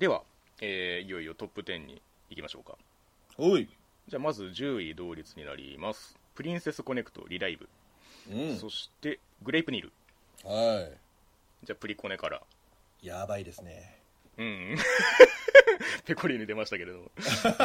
では、いよいよトップ10に行きましょうか。 おい。 じゃあまず10位同率になります。プリンセスコネクトリライブ、そしてグレイプニール。 はじゃあプリコネから。 い。やばいですね。 ペコリーヌ出ましたけれども、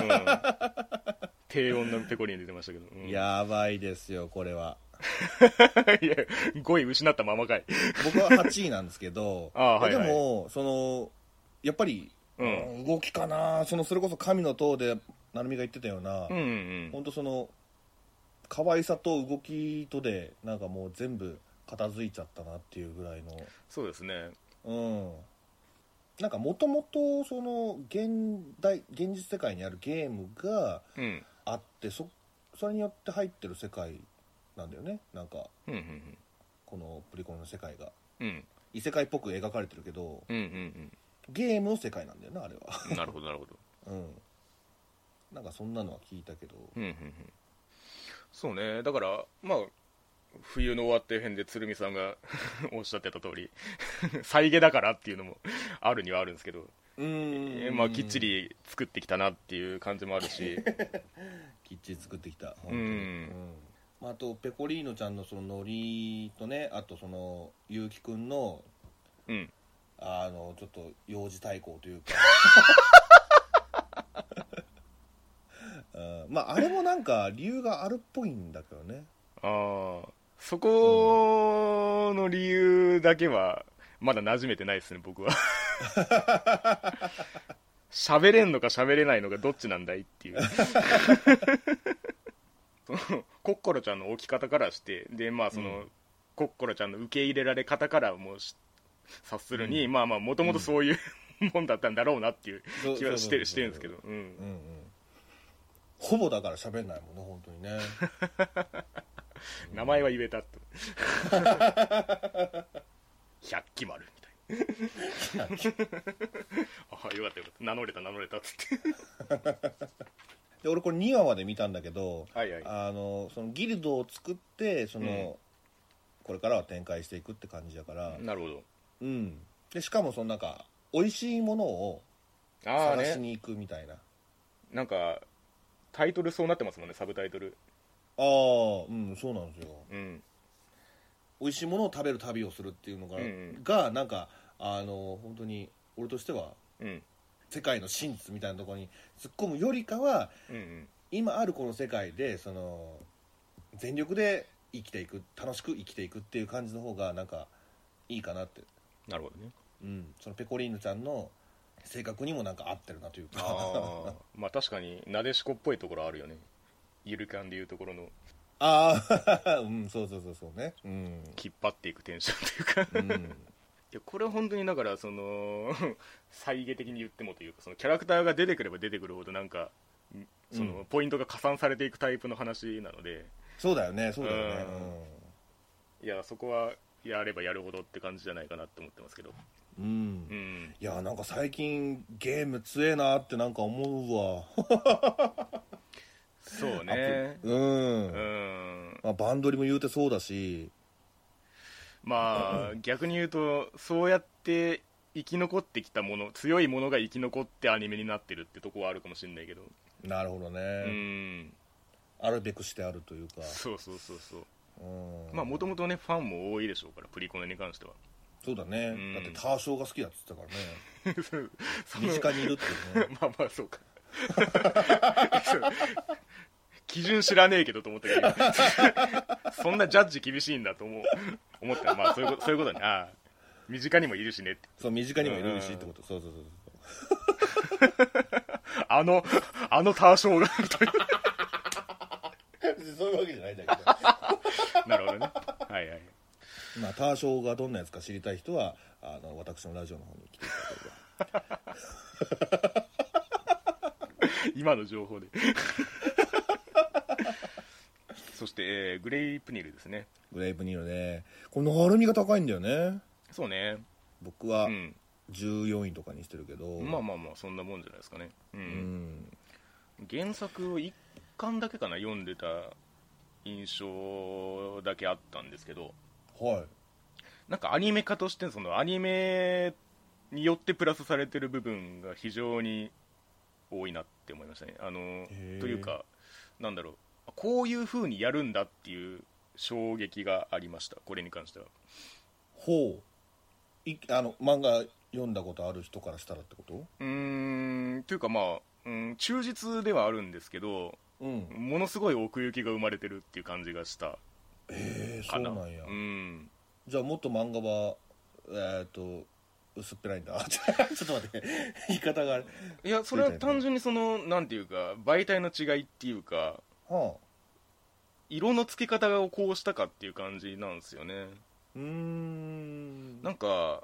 低音のペコリーヌ出ましたけど、 やばいですよこれは。 いや5位失ったままかい。 僕は8位なんですけどはいはい、 でもやっぱり、動きかな。それこそ神の塔で成美が言ってたような、本当可愛さと動きとでなんかもう全部片付いちゃったなっていうぐらいの。 そうですね。 なんかもともと現実世界にあるゲームがあって、それによって入ってる世界なんだよね。なんか、このプリコネの世界が、異世界っぽく描かれてるけど、ゲームの世界なんだよなあれは。 なるほどなるほど。 なんかそんなのは聞いたけど、 そうね。だからまあ冬の終わって編で鶴見さんがおっしゃってた通り再現だからっていうのもあるにはあるんですけど、まあきっちり作ってきたなっていう感じもあるしきっちり作ってきた本当に。あとペコリーノちゃんのノリとね、あとゆうきくんのちょっと幼児対抗というかまああれもなんか理由があるっぽいんだけどね。 そこの理由だけはまだ馴染めてないですね僕は。喋れんのか喋れないのかどっちなんだいっていう。コッコロちゃんの置き方からして、でまあコッコロちゃんの受け入れられ方からも察するに、まあまあもともとそういうもんだったんだろうなっていう気はしてるんですけど、 ほぼだから喋んないもんね本当にね。 名前は言えたと。百鬼丸みたいな。あ、よかったよかった、名乗れたっつってで俺これ2話まで見たんだけど、ギルドを作ってこれからは展開していくって感じだから。 なるほど。 でしかもなんか美味しいものを探しに行くみたいな、 なんかタイトルそうなってますもんね、サブタイトル。 そうなんですよ。美味しいものを食べる旅をするっていうのが、なんか本当に俺としては、世界の真実みたいなところに突っ込むよりかは、今あるこの世界で全力で生きていく、楽しく生きていくっていう感じの方がなんかいいかなって。 なるほどね。 そのペコリーヌちゃんの性格にもなんか合ってるなというか。 まあ確かになでしこっぽいところあるよね、ゆるキャンでいうところの。 そうそうね。 引っ張っていくテンションというか、いやこれは本当にだから再現的に言ってもというか、キャラクターが出てくれば出てくるほどなんかポイントが加算されていくタイプの話なので。 そうだよね。 いやそこはやればやるほどって感じじゃないかなって思ってますけど。 いやなんか最近ゲーム強えなってなんか思うわ。 そうね。 まあ、バンドリも言うてそうだし、 まあ逆に言うとそうやって生き残ってきたもの、強いものが生き残ってアニメになってるってとこはあるかもしれないけど。 なるほどね。あるべくしてあるというか。 そうまあもともとねファンも多いでしょうから、プリコネに関しては。 そうだね。だってターショーが好きだっつったからね。身近にいるっていうね。 まあそうか。基準知らねえけどと思ったけどそんなジャッジ厳しいんだと思ったら、まあそういうことね。身近にもいるしねって。 そう、身近にもいるしってこと。そうあのターショーがそういうわけじゃないんだけどなるほどね。 まあターショーがどんなやつか知りたい人は私のラジオの方に来ていただければ今の情報でそして、グレイプニルですね。 グレイプニルね。このアルミが高いんだよね。 そうね。 僕は14位とかにしてるけど、 まあそんなもんじゃないですかね。原作を1巻だけかな読んでた印象だけあったんですけど、 なんかアニメ化としてアニメによってプラスされてる部分が非常に多いなって思いましたね。というか、なんだろう、こういう風にやるんだっていう衝撃がありました、これに関しては。 ほう。漫画読んだことある人からしたらってこと？ というかまあ、忠実ではあるんですけど、ものすごい奥行きが生まれてるっていう感じがしたそうなんや。じゃあもっと漫画は薄っぺらいんだ。ちょっと待って、言い方が。いや、それは単純になんていうか、媒体の違いっていうか、色の付け方をこうしたかっていう感じなんですよね。なんか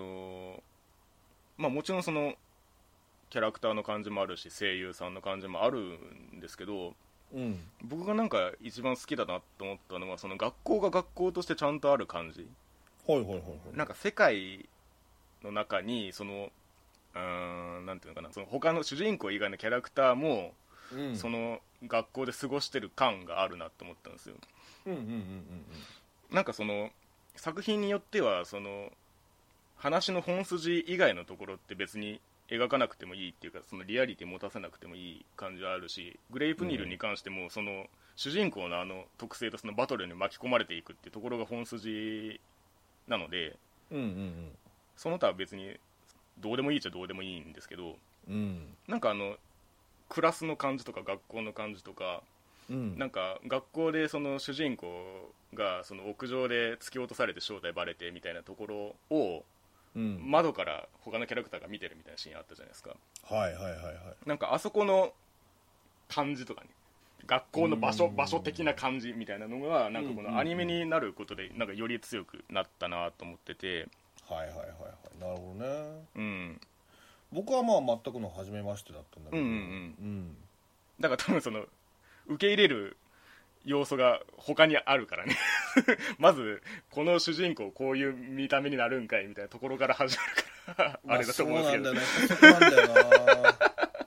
まあもちろんキャラクターの感じもあるし、声優さんの感じもあるんですけど、僕がなんか一番好きだなと思ったのは、学校が学校としてちゃんとある感じ。なんか世界の中になんていうのかな、他の主人公以外のキャラクターも、その学校で過ごしてる感があるなと思ったんですよ。なんか作品によっては話の本筋以外のところって別に描かなくてもいいっていうか、リアリティ持たせなくてもいい感じはあるし、グレイプニールに関しても主人公の特性とバトルに巻き込まれていくっていうところが本筋なので、その他は別にどうでもいいっちゃどうでもいいんですけど、なんかクラスの感じとか学校の感じとか、なんか学校で主人公が屋上で突き落とされて正体バレてみたいなところを、窓から他のキャラクターが見てるみたいなシーンあったじゃないですか。なんかあそこの感じとかね、学校の場所的な感じみたいなのがなんかこのアニメになることでなんかより強くなったなと思ってて。 なるほどね。僕はまあ全くの初めましてだったんだけど、 だから多分受け入れる要素が他にあるからねまずこの主人公こういう見た目になるんかいみたいなところから始まるからあれだと思うんですけど、 そうなんだよな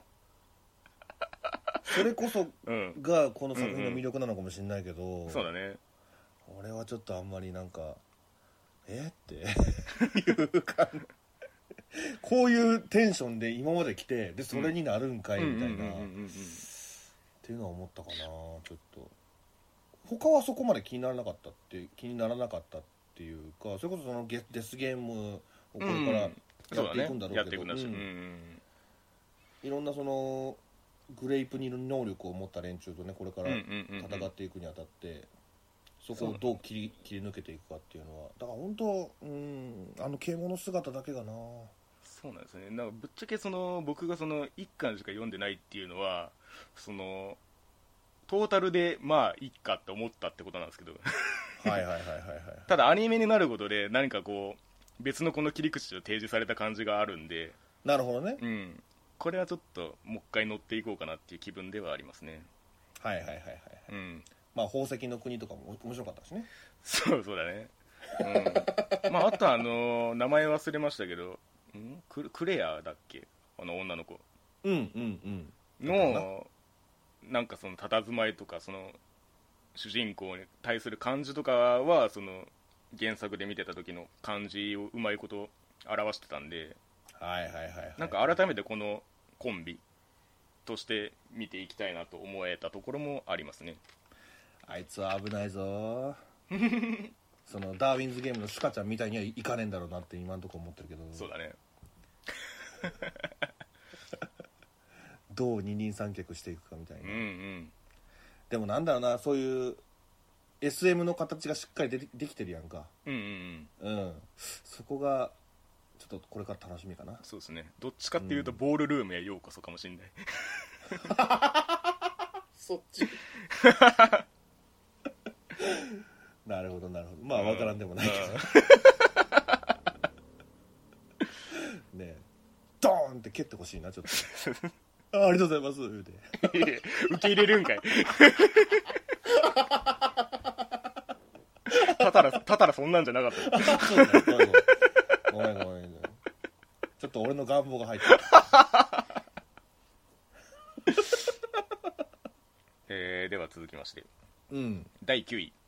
それこそがこの作品の魅力なのかもしれないけど、 そうだね、 俺はちょっとあんまりなんかっていうかこういうテンションで今まで来て、でそれになるんかいみたいなっていうのは思ったかな。ちょっと他はそこまで気にならなかったっていうか、それこそデスゲームをこれからやっていくんだろうけど、いろんなグレイプに能力を持った連中とね、これから戦っていくにあたってそこをどう切り抜けていくかっていうのは、だから本当獣姿だけがな。 そうなんですね。なんかぶっちゃけ僕が1巻しか読んでないっていうのはトータルでまあいっかって思ったってことなんですけどただアニメになることで何かこう別のこの切り口を提示された感じがあるんで、 なるほどね、 これはちょっともう一回乗っていこうかなっていう気分ではありますね。 まあ宝石の国とかも面白かったしね。 そうだね、まああとは名前忘れましたけど、クレアだっけ、女の子のなんか佇まいとか主人公に対する感じとかは原作で見てた時の感じをうまいこと表してたんで、なんか改めてこのコンビとして見ていきたいなと思えたところもありますね。 あいつは危ないぞダーウィンズゲームのシュカちゃんみたいにはいかねえんだろうなって今のところ思ってるけど。 そうだねどう二人三脚していくかみたいな、でもなんだろうな、そういう SM の形がしっかりできてるやんか。そこがちょっとこれから楽しみかな。 そうですね、どっちかっていうとボールルームへようこそかもしれないそっちなるほどまあ分からんでもないけどねえドーンって蹴ってほしいなちょっとありがとうございます言うて受け入れるんかいたたらそんなんじゃなかったそうだごめんちょっと俺の願望が入ってるでは続きまして、第9位、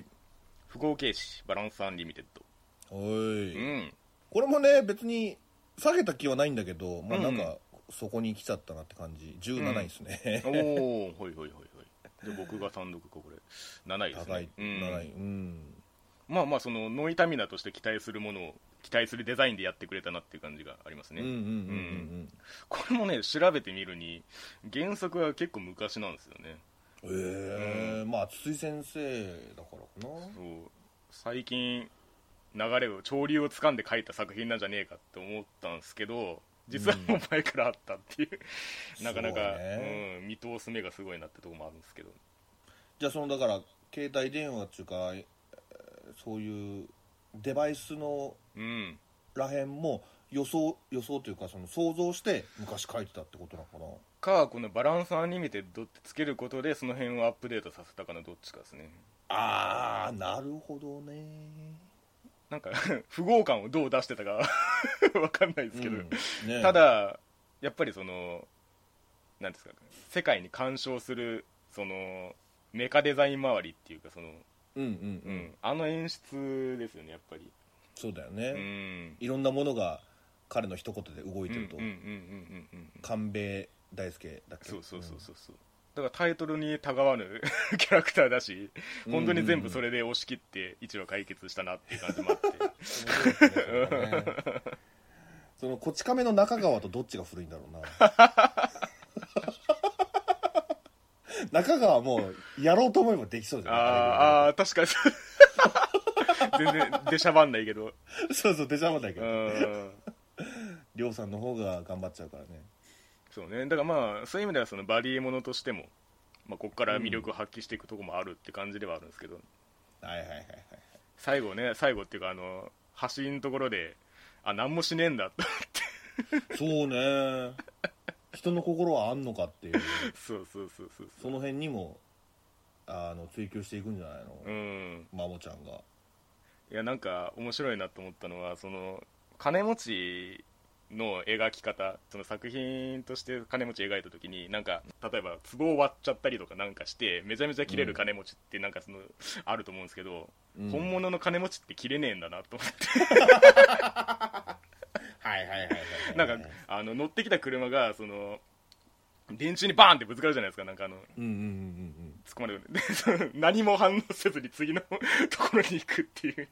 不合形式バランスアンリミテッド。 これもね別に下げた気はないんだけど、まあなんかそこに来ちゃったなって感じ。17位ですね、 おお、ほいほいほいほい。で僕が単独か、これ7位ですね。 高い、7位。 まあまあ、そのノイタミナとして期待するものを期待するデザインでやってくれたなっていう感じがありますね。これもね、調べてみるに原作は結構昔なんですよね。 まあ筒井先生だからかな。そう最近流れを潮流を掴んで書いた作品なんじゃねえかって思ったんですけど、実はもう前からあったっていう、なかなか、見通す目がすごいなってとこもあるんですけど。 じゃあそのだから携帯電話っていうか、そういうデバイスのらへんも予想というか、その想像して昔書いてたってことなのかな。 このバランスアニメテッドってつけることでその辺をアップデートさせたかのどっちかですね。 ああ、なるほどね。 なんか不合感をどう出してたかわかんないですけど、ただやっぱりそのなんですか、世界に干渉するそのメカデザイン周りっていうか、そのあの演出ですよね、やっぱり。 そうだよね、いろんなものが彼の一言で動いてると。官兵衛大輔だっけ。 そうだからタイトルにたがわぬキャラクターだし、本当に全部それで押し切って一話解決したなっていう感じもあってそのこち亀の中川とどっちが古いんだろうな中川もやろうと思えばできそうじゃない。 ああ、確かに全然出しゃばんないけどそう出しゃばんないけどりょうさんの方が頑張っちゃうからね。 そうね、だからまあそういう意味ではそのバディものとしても、まあ、ここから魅力を発揮していくところもあるって感じではあるんですけど、最後っていうか橋のところで何もしねえんだってそうね人の心はあんのかっていうそうその辺にも追求していくんじゃないの、マモちゃんが。 いや、なんか面白いなと思ったのは、その金持ちの描き方、その作品として金持ち描いた時に、なんか例えば壺を割っちゃったりとかなんかしてめちゃめちゃ切れる金持ちってなんかその、あると思うんですけど、本物の金持ちって切れねえんだなと思ってなんか乗ってきた車がその電柱にバーンってぶつかるじゃないですか。なんか突っ込まれる何も反応せずに次のところに行くっていう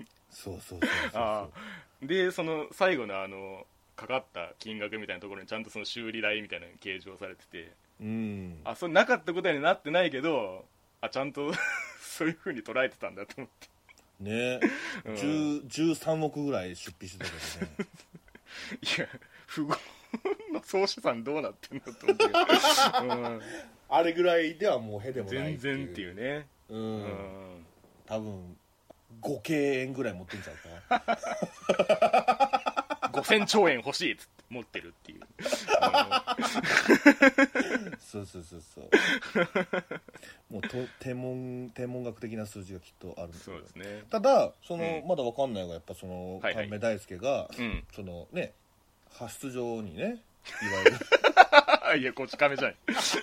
で、その最後のかかった金額みたいなところにちゃんとその修理代みたいなのが計上されてて、それなかったことになってないけど、ちゃんとそういう風に捉えてたんだと思ってね13億ぐらい出費してたけどねいや、富豪の総資産どうなってんだと思ってあれぐらいではもうへでもない全然っていうね。 多分5京円ぐらい持ってんちゃうか 5000兆円欲しいっつって持ってるっていうそうもう天文学的な数字がきっとあるんですけど。そうですね。ただその、まだ分かんないのがやっぱその神戸大輔が、そのね派出所にね、いわゆるいやこっち亀じゃん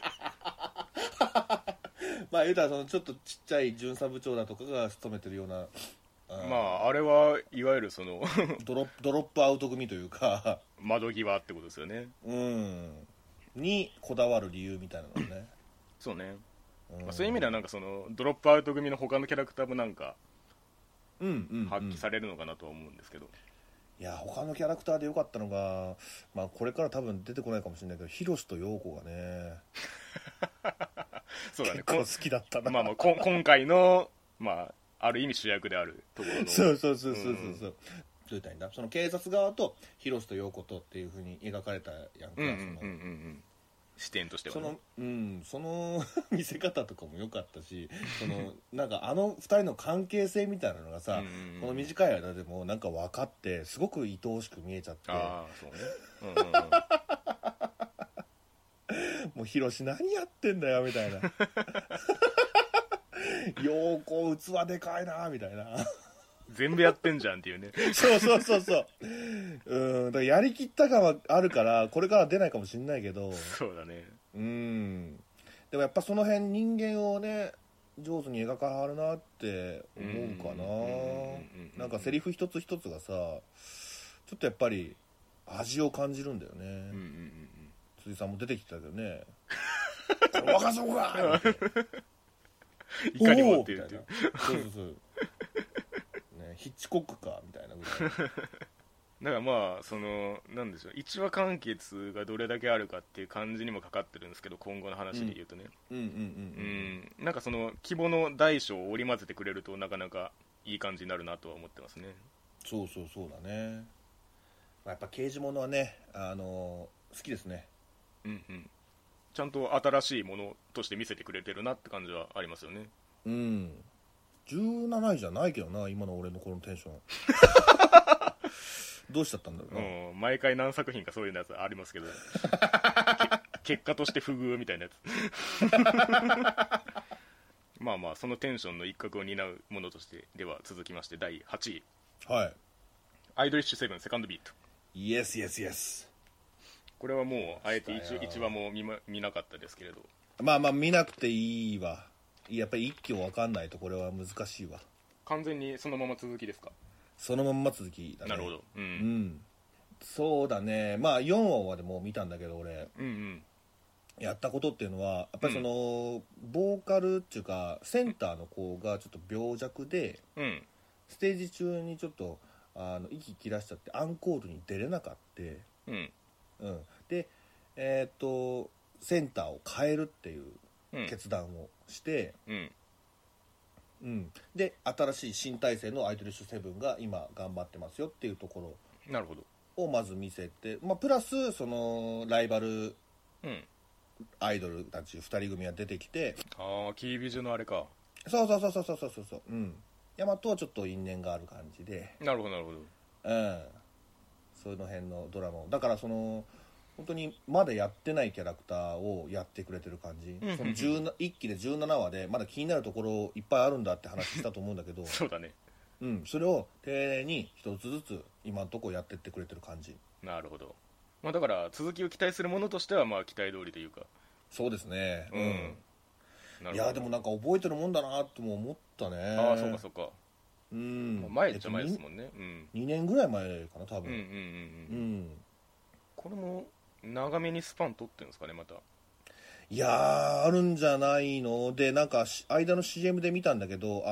まあ言うたらそのちょっとちっちゃい巡査部長だとかが勤めてるような、 あれはいわゆるそのドロップアウト組というか窓際ってことですよね。 にこだわる理由みたいなのねそうね、そういう意味ではなんかそのドロップアウト組の他のキャラクターもなんか発揮されるのかなとは思うんですけど、 いや他のキャラクターでよかったのが、これから多分出てこないかもしれないけど、ヒロシとヨーコがねそうだね、 結構好きだったな今回のある意味主役であるところのそうどう言ったらいいんだ、その警察側とヒロシとヨーコとっていう風に描かれたやんか、 視点としてはね、 その見せ方とかも良かったし、そのなんか2人の関係性みたいなのがさ、この短い間でもなんか分かってすごく愛おしく見えちゃって、そうね、もうヒロシ何やってんだよみたいなヨーコ器でかいなみたいな全部やってんじゃんっていうねだからやりきった感はあるからこれから出ないかもしれないけど、 そうだね、 でもやっぱその辺人間をね上手に描かはるなって思うかな。なんかセリフ一つ一つがさちょっとやっぱり味を感じるんだよね、 うんうんうん、 辻さんも出てきてたけどね若そうかいかにもって言うてそうそうそう、ね、ヒッチコックかみたいなぐらいだからまあなんでしょう、一話完結がどれだけあるかっていう感じにもかかってるんですけど、今後の話で言うとね、なんかその規模の大小を織り交ぜてくれるとなかなかいい感じになるなとは思ってますね。 そうだね、やっぱ刑事物はね、好きですね。 うんうん、ちゃんと新しいものとして見せてくれてるなって感じはありますよね。 うん、17位じゃないけどな、今の俺のこのテンションどうしちゃったんだろうな、 うん、毎回何作品かそういうやつありますけど結果として不遇みたいなやつまあまあそのテンションの一角を担うものとしてでは続きまして第8位、 はい、 アイドリッシュセブンセカンドビート。 イエスイエスイエス。これはもうあえて一話も見なかったですけれど、 まあまあ見なくていいわ。やっぱり一挙分かんないとこれは難しいわ。 完全にそのまま続きですか？ そのまんま続きだね。 なるほど、うん、うん、 そうだね。まあ4話までもう見たんだけど俺、 うんうん、 やったことっていうのはやっぱりその、ボーカルっていうかセンターの子がちょっと病弱で、 うん、 ステージ中にちょっと息切らしちゃってアンコールに出れなかった、 うんうん、でセンターを変えるっていう決断をして、 うんうん、で新しい新体制のアイドリッシュセブンが今頑張ってますよっていうところ、 なるほど、 をまず見せて、まあ、プラスそのライバルアイドルたち2人組が出てきて、 ああキービジュのあれか、 そう、うん、ヤマトはちょっと因縁がある感じで、 なるほどなるほど、 うん、そういうの辺のドラマをだからその本当にまだやってないキャラクターをやってくれてる感じ、その1期で17話でまだ気になるところいっぱいあるんだって話したと思うんだけどそうだね、 うん、それを丁寧に一つずつ今のところやってってくれてる感じ。 なるほど、まあ、だから続きを期待するものとしてはまあ期待通りというか、 そうですね、 うん、 いやでもなんか覚えてるもんだなとも思ったね。 ああそうかそうか、 うん、 前っちゃ前ですもんね、 2年ぐらい前かな多分、 これも長めにスパン取ってるんですかねまた。 いやあるんじゃないので、なんか間の CM で見たんだけど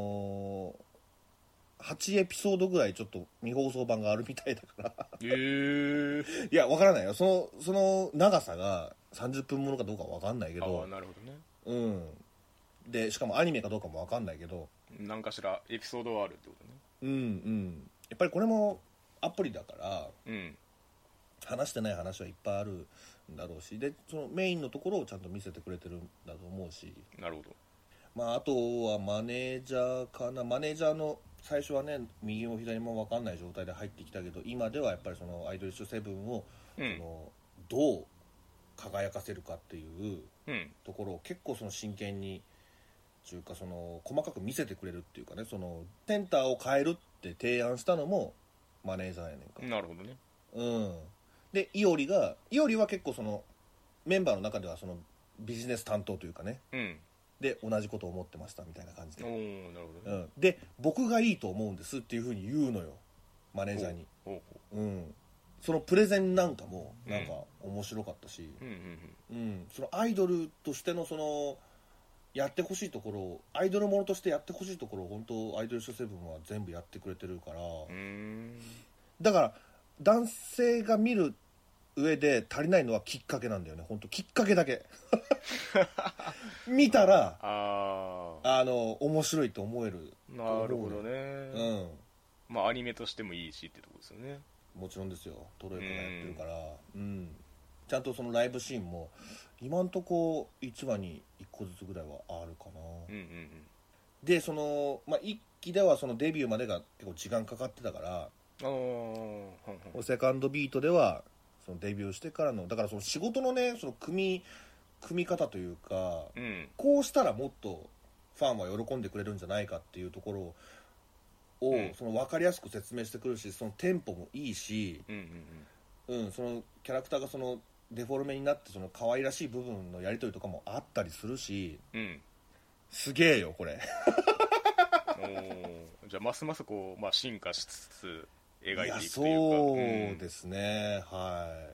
8エピソードぐらいちょっと未放送版があるみたいだからいやわからないよ、その長さが30分ものかどうかわかんないけど、 ああなるほどね、 うん、でしかもアニメかどうかもわかんないけど何かしらエピソードはあるってことね。 やっぱりこれもアプリだから、 うん、 話してない話はいっぱいあるんだろうし、でそのメインのところをちゃんと見せてくれてるんだと思うし、 なるほど、 まあ、あとはマネージャーかな。マネージャーの最初はね右も左も分かんない状態で入ってきたけど、今ではやっぱりそのアイドリッシュセブンを、そのどう輝かせるかっていうところを結構その真剣にというか、その細かく見せてくれるっていうかね、そのセンターを変えるって提案したのもマネージャーやねんか。 なるほどね。 でイオリは結構そのメンバーの中ではそのビジネス担当というかね、で同じことを思ってましたみたいな感じで、 なるほどね、 で僕がいいと思うんですっていう風に言うのよマネージャーに。そのプレゼンなんかもなんか面白かったし、そのアイドルとしてのそのやってほしいところを、アイドルものとしてやってほしいところを本当アイドルショーセブンは全部やってくれてるから、だから男性が見る上で足りないのはきっかけなんだよね。本当きっかけだけ見たら面白いと思える。 なるほどね。まあアニメとしてもいいしってとこですよね。 もちろんですよ、トロイカがやってるから、ちゃんとそのライブシーンも今んとこ1話に1個ずつぐらいはあるかな。でその、1期ではそのデビューまでが結構時間かかってたから、セカンドビートではそのデビューしてからの、だからその仕事のね、その組み方というか、こうしたらもっとファンは喜んでくれるんじゃないかっていうところを、その分かりやすく説明してくるし、そのテンポもいいし、そのキャラクターがそのデフォルメになってその可愛らしい部分のやり取りとかもあったりするし、すげえよこれじゃあますますこう、進化しつつ描いていくというか。いやそうですね、はい。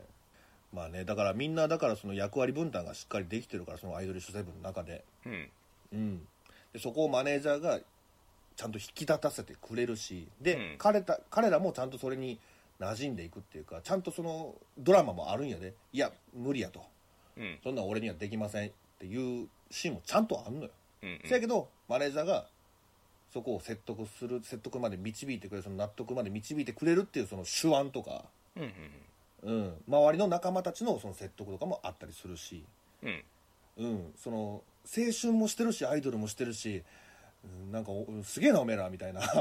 まあね、だからみんなだからその役割分担がしっかりできてるから、そのアイドリッシュセブンの中で、でそこをマネージャーがちゃんと引き立たせてくれるし、で、彼らもちゃんとそれに馴染んでいくっていうか、ちゃんとそのドラマもあるんやで、いや無理やと、そんなん俺にはできませんっていうシーンもちゃんとあんのよ。せやけどマネージャーがそこを説得まで導いてくれる、その納得まで導いてくれるっていうその手腕とか、周りの仲間たちのその説得とかもあったりするし、その青春もしてるしアイドルもしてるし、なんかすげえなおめえらみたいなち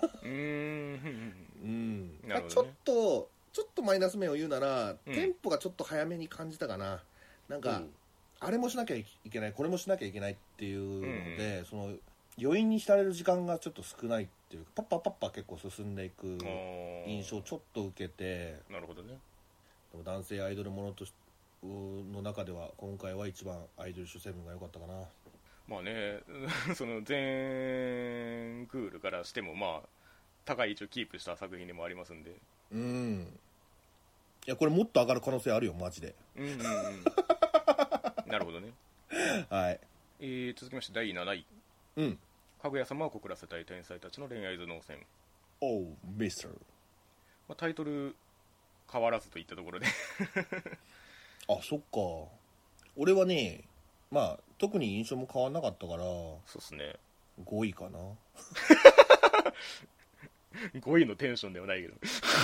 ょっとマイナス面を言うなら、テンポがちょっと早めに感じたかな。なんか、あれもしなきゃいけないこれもしなきゃいけないっていうので、その余韻に浸れる時間がちょっと少ないっていうか、パッパ結構進んでいく印象をちょっと受けて。 なるほどね。 でも男性アイドルものとの中では今回は一番アイドリッシュセブンが良かったかな。 まあね、その全クールからしてもまあ高い位置をキープした作品でもありますんで、 いやこれもっと上がる可能性あるよマジで。 なるほどね。 はい。 続きまして第7位、かぐや様を告らせたい天才たちの恋愛頭脳戦。 おうミスター、 タイトル変わらずといったところであ、そっか。俺はね、まあ特に印象も変わんなかったから、 そうっすね、 5位かな 5位のテンションではないけど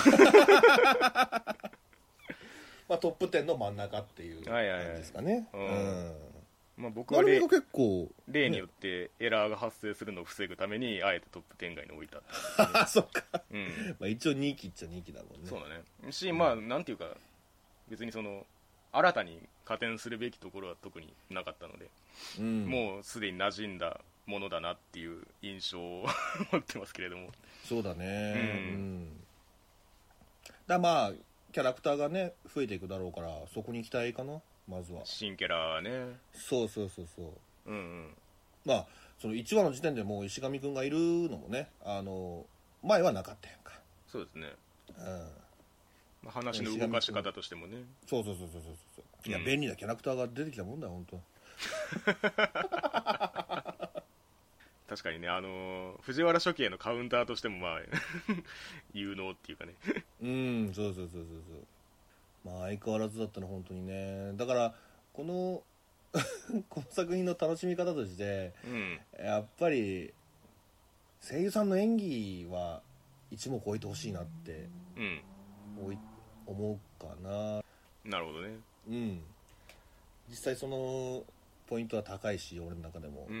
まあトップ10の真ん中っていう感じですかね。 まあ、僕は例によってエラーが発生するのを防ぐためにあえてトップ10外に置いた、 あそっか、まあ、一応2期っちゃ2期だもんね。 そうだねし、まあなんていうか別にその新たに加点するべきところは特になかったので、もうすでに馴染んだものだなっていう印象を持ってますけれども。 そうだね、だまあキャラクターがね増えていくだろうから、そこに期待かな。まずは新キャラね。 そう、まあその1話の時点でもう石上くんがいるのもね、前はなかったやんか。 そうですね、まあ、話の動かし方としてもね。 そう、いや、便利なキャラクターが出てきたもんだよ本当確かにね、藤原初期へのカウンターとしてもまあ有能っていうかねそうまあ相変わらずだったの本当にね。だからこのこの作品の楽しみ方として、やっぱり声優さんの演技は一目置いてほしいなって、思うかな。 なるほどね。 実際そのポイントは高いし俺の中でも。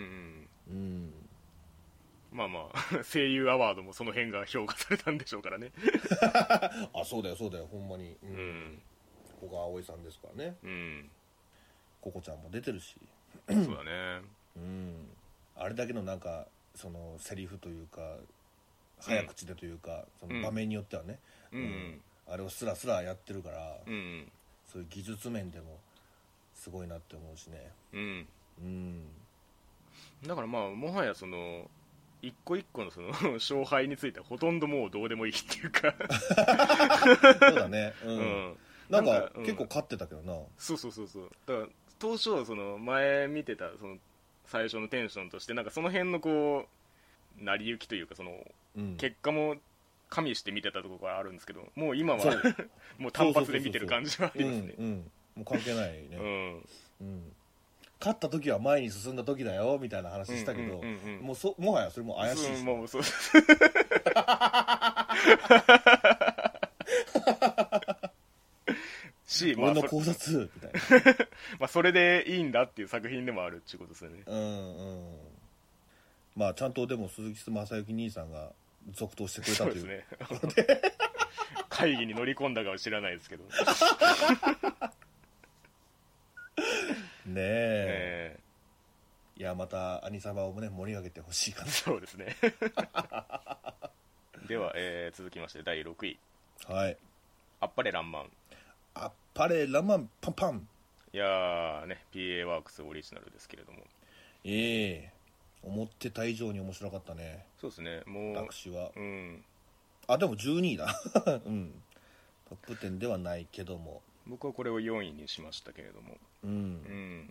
まあまあ声優アワードもその辺が評価されたんでしょうからねあ、そうだよほんまに。古賀葵さんですからね。ココちゃんも出てるしそうだね。 あれだけのなんかそのセリフというか早口でというか、その場面によってはね、あれをスラスラやってるから、そういう技術面でもすごいなって思うしね。 だからまあもはやその一個一個のその勝敗についてはほとんどもうどうでもいいっていうかそうだね。なんか結構勝ってたけどな。 そうだから当初その前見てたその最初のテンションとしてなんかその辺のこう成り行きというかその結果も加味して見てたところがあるんですけど、もう今はもう単発で見てる感じはありますね。 もう関係ないね。勝った時は前に進んだ時だよみたいな話したけど、もはやそれも怪しいし、もうそうし、俺の考察みたいなまあそれでいいんだっていう作品でもあるっていうことですよね。 まあちゃんとでも鈴木雅之兄さんが続投してくれたという。そうですね会議に乗り込んだかは知らないですけどねえ、いやまたアニサマをね盛り上げてほしいかな。 そうですねでは、続きまして第6位、あっぱれらんまん。 あっぱれらんまんパンパン。 いやーね PA ワークスオリジナルですけれども、 思ってた以上に面白かったね。 そうですね。もう私はあ、でも12位だうん、トップ10ではないけども、 僕はこれを4位にしましたけれども、 うん、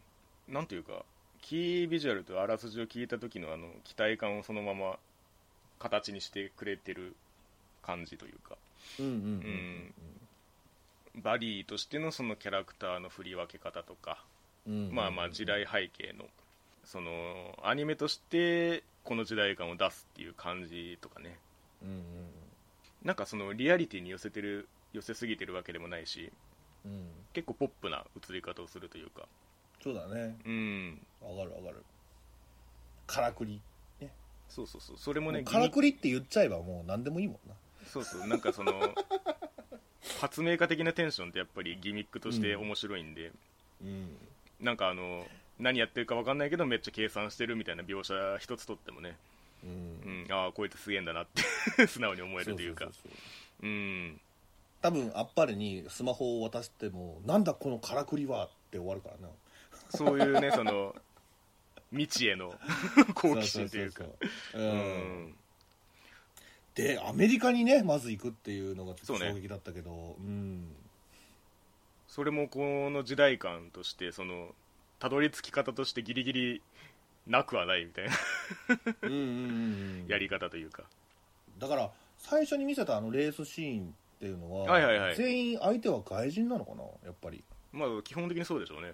なんというかキービジュアルとあらすじを聞いた時の期待感をそのまま形にしてくれてる感じというか、バディとしてのそのキャラクターの振り分け方とか、まあまあ時代背景のそのアニメとしてこの時代感を出すっていう感じとかね、なんかそのリアリティに寄せすぎてるわけでもないし、結構ポップな映り方をするというか。 そうだね、わかるわかる。からくりね、 そうそれもね、 からくりって言っちゃえばもう何でもいいもんな。 そうなんかその発明家的なテンションってやっぱりギミックとして面白いんで、なんか何やってるか分かんないけどめっちゃ計算してるみたいな描写一つとってもね、ああこいつすげえんだなって素直に思えるというか、 多分あっぱれにスマホを渡してもなんだこのからくりはって終わるからな。 そういうねその未知への好奇心というか、 でアメリカにねまず行くっていうのがちょっと衝撃だったけど、 それもこの時代感としてそのたどり着き方としてギリギリなくはないみたいなやり方というか、 だから最初に見せたレースシーンっていうのは、全員相手は外人なのかな、やっぱり。 まあ基本的にそうでしょうね。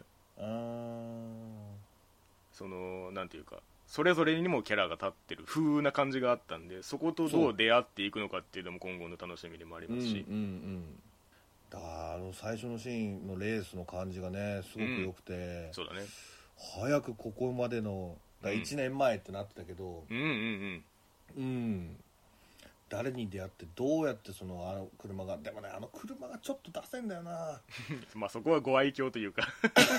そのなんていうかそれぞれにもキャラが立ってる風な感じがあったんで、そことどう出会っていくのかっていうのも今後の楽しみでもありますし、 だから最初のシーンのレースの感じがねすごく良くて、 そうだね、 早くここまでの1年前ってなってたけど、誰に出会ってどうやってその車が、でもね車がちょっと出せんだよなまあそこはご愛嬌というか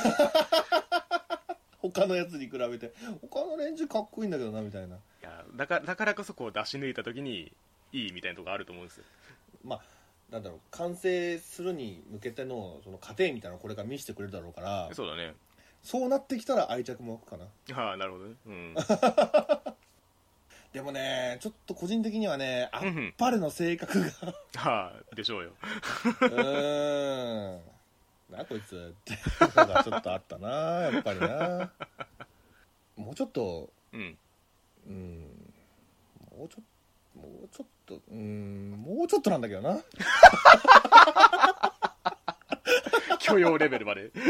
他のやつに比べて他のレンジかっこいいんだけどなみたいな。いやだからこそこう出し抜いた時にいいみたいなところあると思うんですよ。 まあなんだろう、完成するに向けてのその過程みたいなのをこれから見せてくれるだろうから、 そうだね、 そうなってきたら愛着も湧くかな。 なるほどね、 でもねちょっと個人的にはねあっぱれの性格がでしょうよなこいつっていうのがちょっとあったなやっぱりなもうちょっともうちょっとなんだけどな許容レベルまで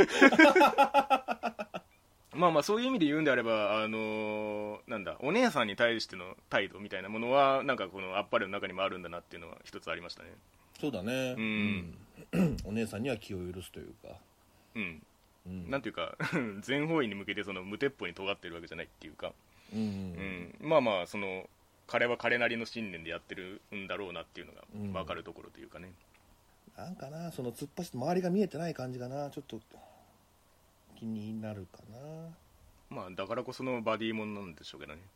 まあそういう意味で言うんであればなんだお姉さんに対しての態度みたいなものはなんかこのあっぱれの中にもあるんだなっていうのは一つありましたね。 そうだね、お姉さんには気を許すというか、 なんていうか全方位に向けてその無鉄砲に尖ってるわけじゃないっていうか、まあまあその彼は彼なりの信念でやってるんだろうなっていうのが分かるところというかね、 なんかなその突っ走って周りが見えてない感じがなちょっと気になるかな。 まあだからこそのバディモンなんでしょうけどね。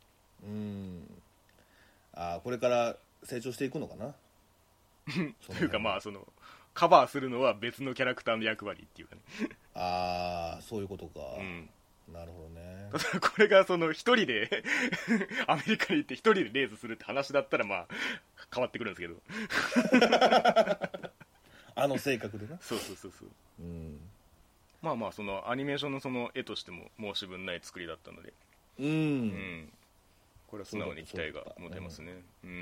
これから成長していくのかなというかまあそのカバーするのは別のキャラクターの役割っていうかねそういうことか、なるほどね。 これがその一人でアメリカに行って一人でレースするって話だったらまあ変わってくるんですけど性格でなそう、まあまあそのアニメーションのその絵としても申し分ない作りだったので、これは素直に期待が持てますね。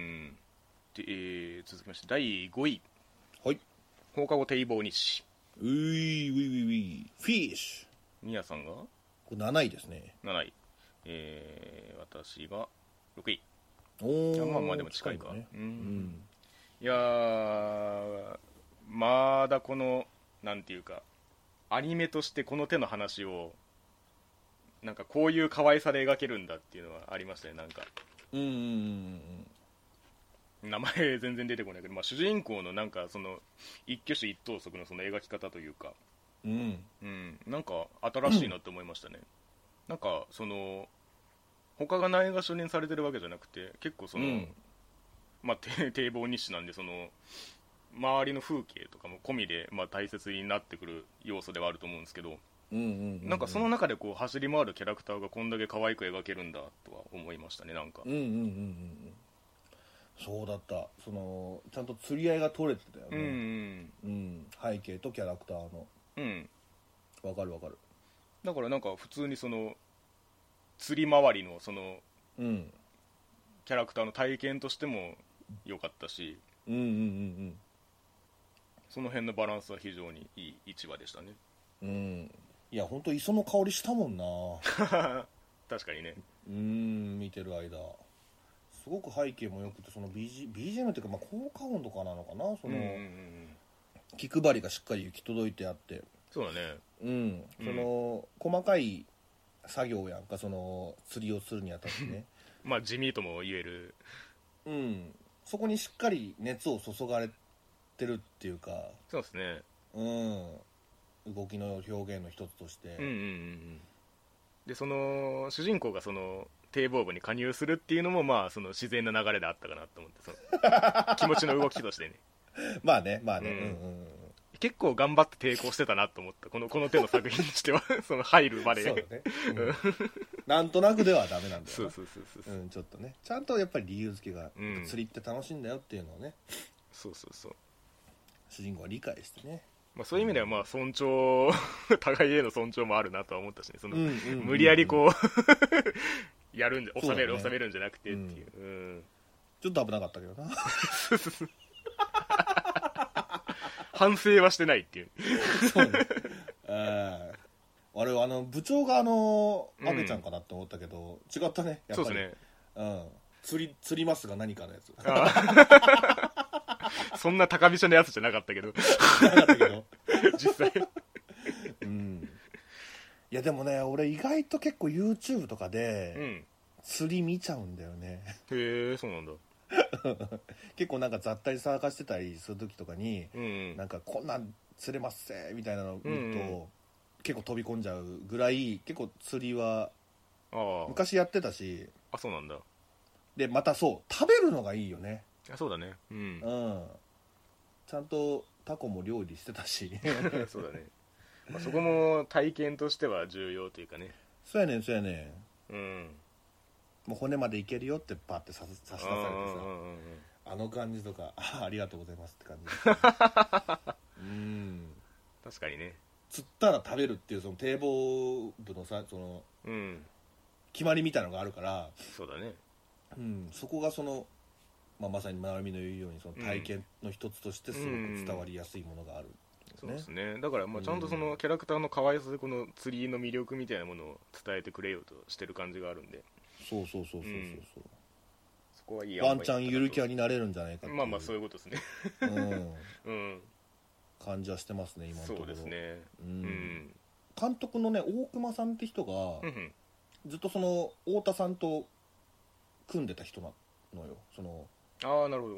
で、続きまして第5位、放課後堤防日誌。 フィッシュ。 ミヤさんがこれ7位ですね。 7位、私が6位。まあまあでも近いか。いやーまだこのなんていうかアニメとしてこの手の話をなんかこういう可愛さで描けるんだっていうのはありましたね。なんか名前全然出てこないけど、主人公のなんかその一挙手一投足のその描き方というか、なんか新しいなって思いましたね。なんかその他がないがしろにされてるわけじゃなくて結構その、堤防日誌なんでその周りの風景とかも込みで大切になってくる要素ではあると思うんですけど、なんかその中でこう走り回るキャラクターがこんだけ可愛く描けるんだとは思いましたね。なんかそうだった。ちゃんと釣り合いが取れてたよね。背景とキャラクターの。わかるわかる。 だからなんか普通に釣り回りのキャラクターの体験としても良かったし、その辺のバランスは非常にいい1話でしたね。 いや本当磯の香りしたもんな。 確かにね。 見てる間すごく背景も良くて、BGM っていうか、効果音とかなのかな、気配りがしっかり行き届いてあって。 そうだね。 細かい作業やんか、釣りをするにあたってね。 まあ地味とも言える。 そこにしっかり熱を注がれてるっていうか。 そうですね。 動きの表現の一つとして。 で主人公が堤防部に加入するっていうのも自然な流れであったかなと思って、気持ちの動きとしてね。 まあね。 結構頑張って抵抗してたなと思った、この手の作品にしては。入るまで。 そうだね。なんとなくではダメなんだよな。 そう。 ちょっとね、ちゃんとやっぱり理由付けが、釣りって楽しいんだよっていうのをね。 そう。 主人公は理解してね。 そういう意味では尊重互いへの尊重もあるなとは思ったしね。無理やりやるんで収めるんじゃなくてっていう、 ちょっと危なかったけどな。 反省はしてないっていう。 そうね。あれ部長がアベちゃんかなって思ったけど、違ったね。やっぱりそうですね。 釣りますが何かのやつ。 そんな高飛車のやつじゃなかったけど。実際。 いやでもね、俺意外と結構 YouTube とかで釣り見ちゃうんだよね。 へえ、そうなんだ。 結構なんか雑多に探してたりする時とかに、なんかこんなん釣れますせみたいなのを見ると、結構飛び込んじゃうぐらい結構釣りは昔やってたし。 あ、そうなんだ。 でまた食べるのがいいよね。 そうだね。 ちゃんとタコも料理してたし。 そうだね。そこも体験としては重要というかね。 そうやねん。もう骨までいけるよってパッて差し出されてさ、あの感じとか、ありがとうございますって感じ。 確かにね。 釣ったら食べるっていう堤防部のさ、決まりみたいなのがあるから。 そうだね。 そこがまさにまなみの言うように体験の一つとしてすごく伝わりやすいものがある。 そうですね。だからちゃんとキャラクターの可愛さでこの釣りの魅力みたいなものを伝えてくれようとしてる感じがあるんで。 そう。そこはいい。 ワンチャンゆるキャラになれるんじゃないかっていう。 そういうことですね。 感じはしてますね今のところ。 そうですね。 監督のね大熊さんって人がずっと太田さんと組んでた人なのよ。 なるほど。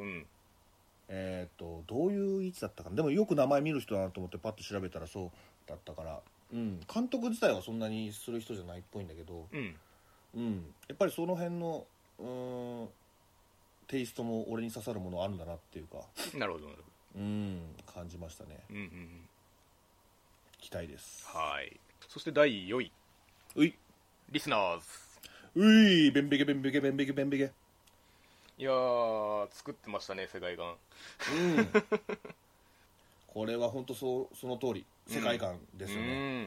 どういう位置だったかな。でもよく名前見る人だなと思ってパッと調べたらそうだったから、監督自体はそんなにする人じゃないっぽいんだけど、やっぱりその辺のテイストも俺に刺さるものあるんだなっていうか。 なるほど。 感じましたね。期待です。 はい。そして第4位。リスナーズ。 ベンベゲ。 いやー、作ってましたね、世界観。 これは本当その通り世界観ですよね。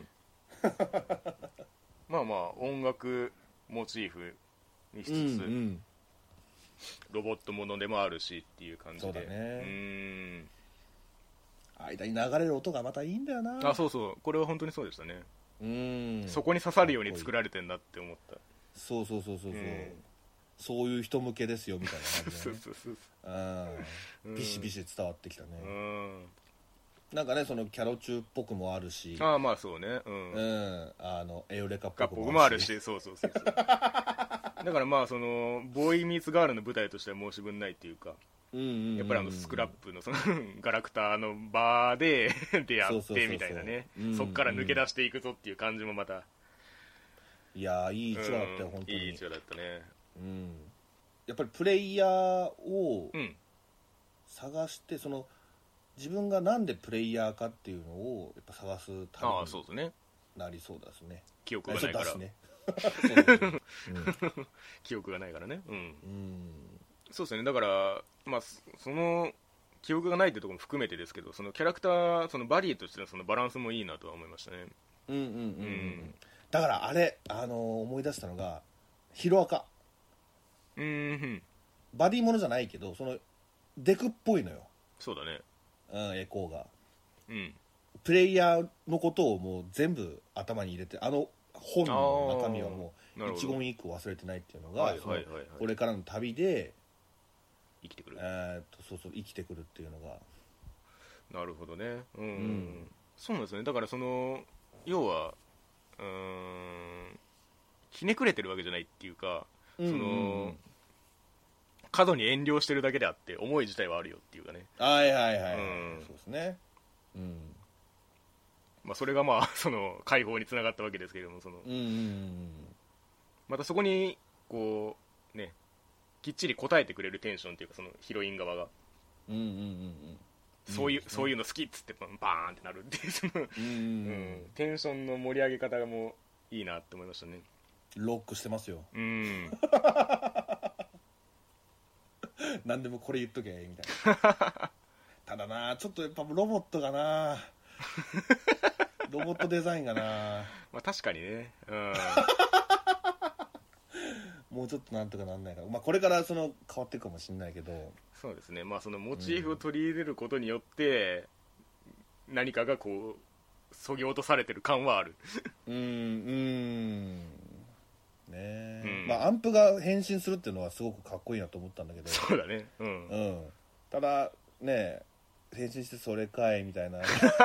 音楽モチーフにしつつ、ロボットものでもあるしっていう感じで。 そうだね。間に流れる音がまたいいんだよな。 そう。これは本当にそうでしたね。そこに刺さるように作られてんだって思った。 そう。そういう人向けですよみたいな感じでね。ビシビシ伝わってきたね。なんかね、キャロチューっぽくもあるし。 そうね。 エウレカっぽくもあるし。そう。だからボーイミーツガールの舞台としては申し分ないっていうか、やっぱりスクラップのガラクターの場で出会ってみたいなね。そっから抜け出していくぞっていう感じもまた。 いやー、いい一話だったよ、本当に。 いい一話だったね。 やっぱりプレイヤーを探して、自分がなんでプレイヤーかっていうのをやっぱ探すためになりそうですね。 記憶がないから。記憶がないからね。 そうですね。だから、まあ、その記憶がないってところも含めてですけど、そのキャラクター、そのバディとしてのそのバランスもいいなとは思いましたね。 だからあれ、思い出したのがヒロアカ。バディものじゃないけど、そのデクっぽいのよ。 そうだね。 エコーが。プレイヤーのことをもう全部頭に入れて、本の中身はもう一言一句忘れてないっていうのが、これからの旅で生きてくる。 そう生きてくるっていうのが。 なるほどね。そうなんですね。だからその要はひねくれてるわけじゃないっていうか、その過度に遠慮してるだけであって思い自体はあるよっていうかね。 そうですね。 まあ、それがまあその解放につながったわけですけれども、そのまたそこにこうね、きっちり応えてくれるテンションっていうか、そのヒロイン側がそういうの好きっつってバーンってなるっていう、そのテンションの盛り上げ方がもういいなって思いましたね。 ロックしてますよ。何でもこれ言っとけみたいな。ただな、ちょっとやっぱロボットがなロボットデザインがな、 まあ確かにね、 もうちょっとなんとかなんないかな、まあ、これからその変わっていくかもしれないけど。 そうですね、まあそのモチーフを取り入れることによって、何かがこうそぎ落とされてる感はある。 ね、まあアンプが変身するっていうのはすごくかっこいいなと思ったんだけど。 そうだね。 ただね、変身してそれかいみたいな。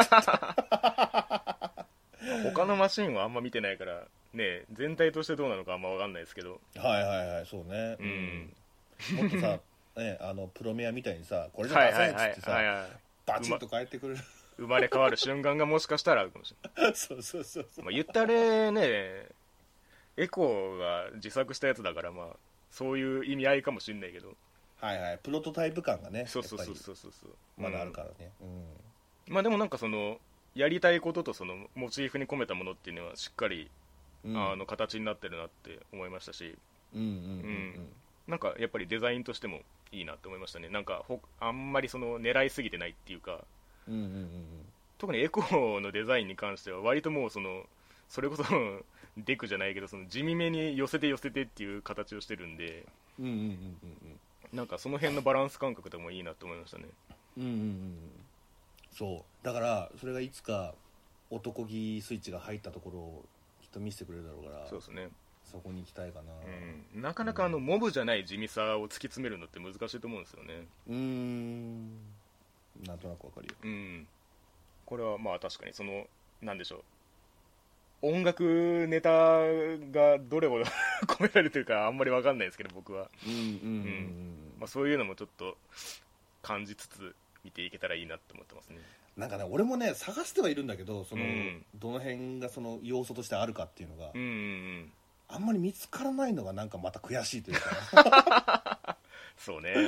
他のマシンはあんま見てないからね、全体としてどうなのかあんま分かんないですけど。 そうね。もっとさ、プロメアみたいにさ、これじゃダサいっつってさ、バチッと変えてくれる。 生まれ変わる瞬間がもしかしたらあるかもしれない。 そう、 まあ、言ったれね、エコーが自作したやつだから、まあそういう意味合いかもしれないけど、 プロトタイプ感がね、 そうまだあるからね。 まあでもなんかそのやりたいこととそのモチーフに込めたものっていうのはしっかり、形になってるなって思いましたし、なんかやっぱりデザインとしてもいいなって思いましたね。なんかあんまりその狙いすぎてないっていうか、特にエコーのデザインに関しては割ともうそれこそデクじゃないけど、その地味めに寄せてっていう形をしてるんで、なんかその辺のバランス感覚でもいいなと思いましたね。 そうだからそれがいつか男気スイッチが入ったところをきっと見せてくれるだろうから、 そうですね、 そこに行きたいかな。 なかなかモブじゃない地味さを突き詰めるのって難しいと思うんですよね。 なんとなくわかるよ。 これはまあ確かにそのなんでしょう、音楽ネタがどれほど込められてるかあんまり分かんないですけど、僕はまあそういうのもちょっと感じつつ見ていけたらいいなって思ってますね。 なんかね、俺もね探してはいるんだけど、その、どの辺がその要素としてあるかっていうのが、あんまり見つからないのがなんかまた悔しいというかそうね、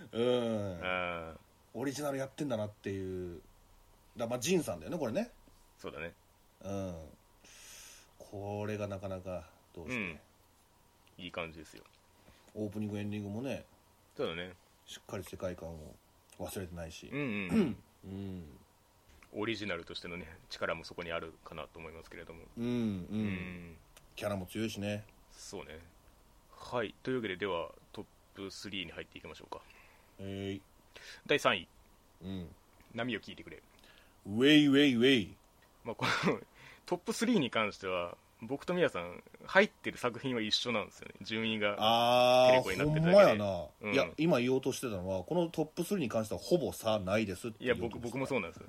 オリジナルやってんだなっていう。まあジンさんだよねこれね。 そうだね。 これがなかなかどうして、 いい感じですよ。 オープニングエンディングもね、 そうだね、 しっかり世界観を忘れてないし、 オリジナルとしてのね力もそこにあるかなと思いますけれども、 キャラも強いしね。 そうね。はい、というわけで、ではトップ3に入っていきましょうか。第3位、波を聞いてくれ。 ウェイウェイウェイ。 まあ、このトップ3に関しては僕とミヤさん入ってる作品は一緒なんですよね、順位がテレコになってるだけで。 ほんまやな、いや今言おうとしてたのはこのトップ3に関してはほぼ差ないですって。 いや僕もそうなんですよ